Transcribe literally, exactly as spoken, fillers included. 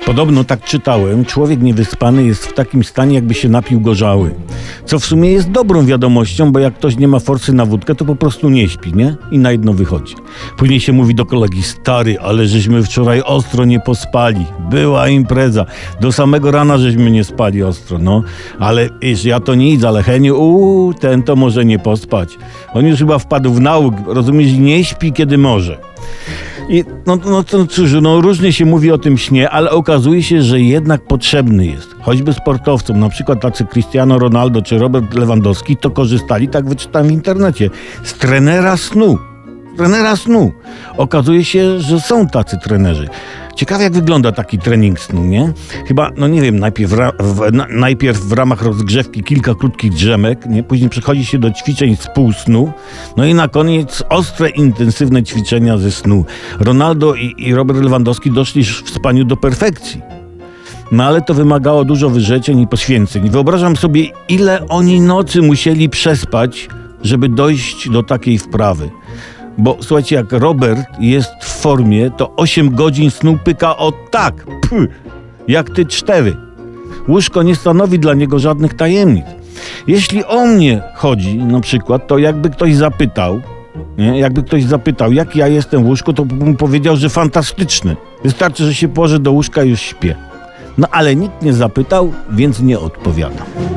Podobno, tak czytałem, człowiek niewyspany jest w takim stanie, jakby się napił gorzały. Co w sumie jest dobrą wiadomością, bo jak ktoś nie ma forsy na wódkę, to po prostu nie śpi, nie? I na jedno wychodzi. Później się mówi do kolegi: stary, ale żeśmy wczoraj ostro nie pospali. Była impreza. Do samego rana żeśmy nie spali ostro, no. Ale iż ja to nic, ale Heniu, uuu, ten to może nie pospać. On już chyba wpadł w nauk, rozumiesz, nie śpi, kiedy może. I no, no to cóż, no różnie się mówi o tym śnie, ale okazuje się, że jednak potrzebny jest. Choćby sportowcom, na przykład tacy Cristiano Ronaldo czy Robert Lewandowski, to korzystali, tak wyczytałem w internecie, z trenera snu. Trenera snu. Okazuje się, że są tacy trenerzy. Ciekawe, jak wygląda taki trening snu, nie? Chyba, no nie wiem, najpierw, ra, w, na, najpierw w ramach rozgrzewki kilka krótkich drzemek, nie? Później przechodzi się do ćwiczeń z półsnu, no i na koniec ostre, intensywne ćwiczenia ze snu. Ronaldo i, i Robert Lewandowski doszli w spaniu do perfekcji. No ale to wymagało dużo wyrzeczeń i poświęceń. Wyobrażam sobie, ile oni nocy musieli przespać, żeby dojść do takiej wprawy. Bo słuchajcie, jak Robert jest w formie, to osiem godzin snu pyka o tak, pff, jak ty cztery. Łóżko nie stanowi dla niego żadnych tajemnic. Jeśli o mnie chodzi na przykład, to jakby ktoś zapytał, nie? Jakby ktoś zapytał, jak ja jestem w łóżku, to bym powiedział, że fantastyczny. Wystarczy, że się położę do łóżka i już śpię. No ale nikt nie zapytał, więc nie odpowiadam.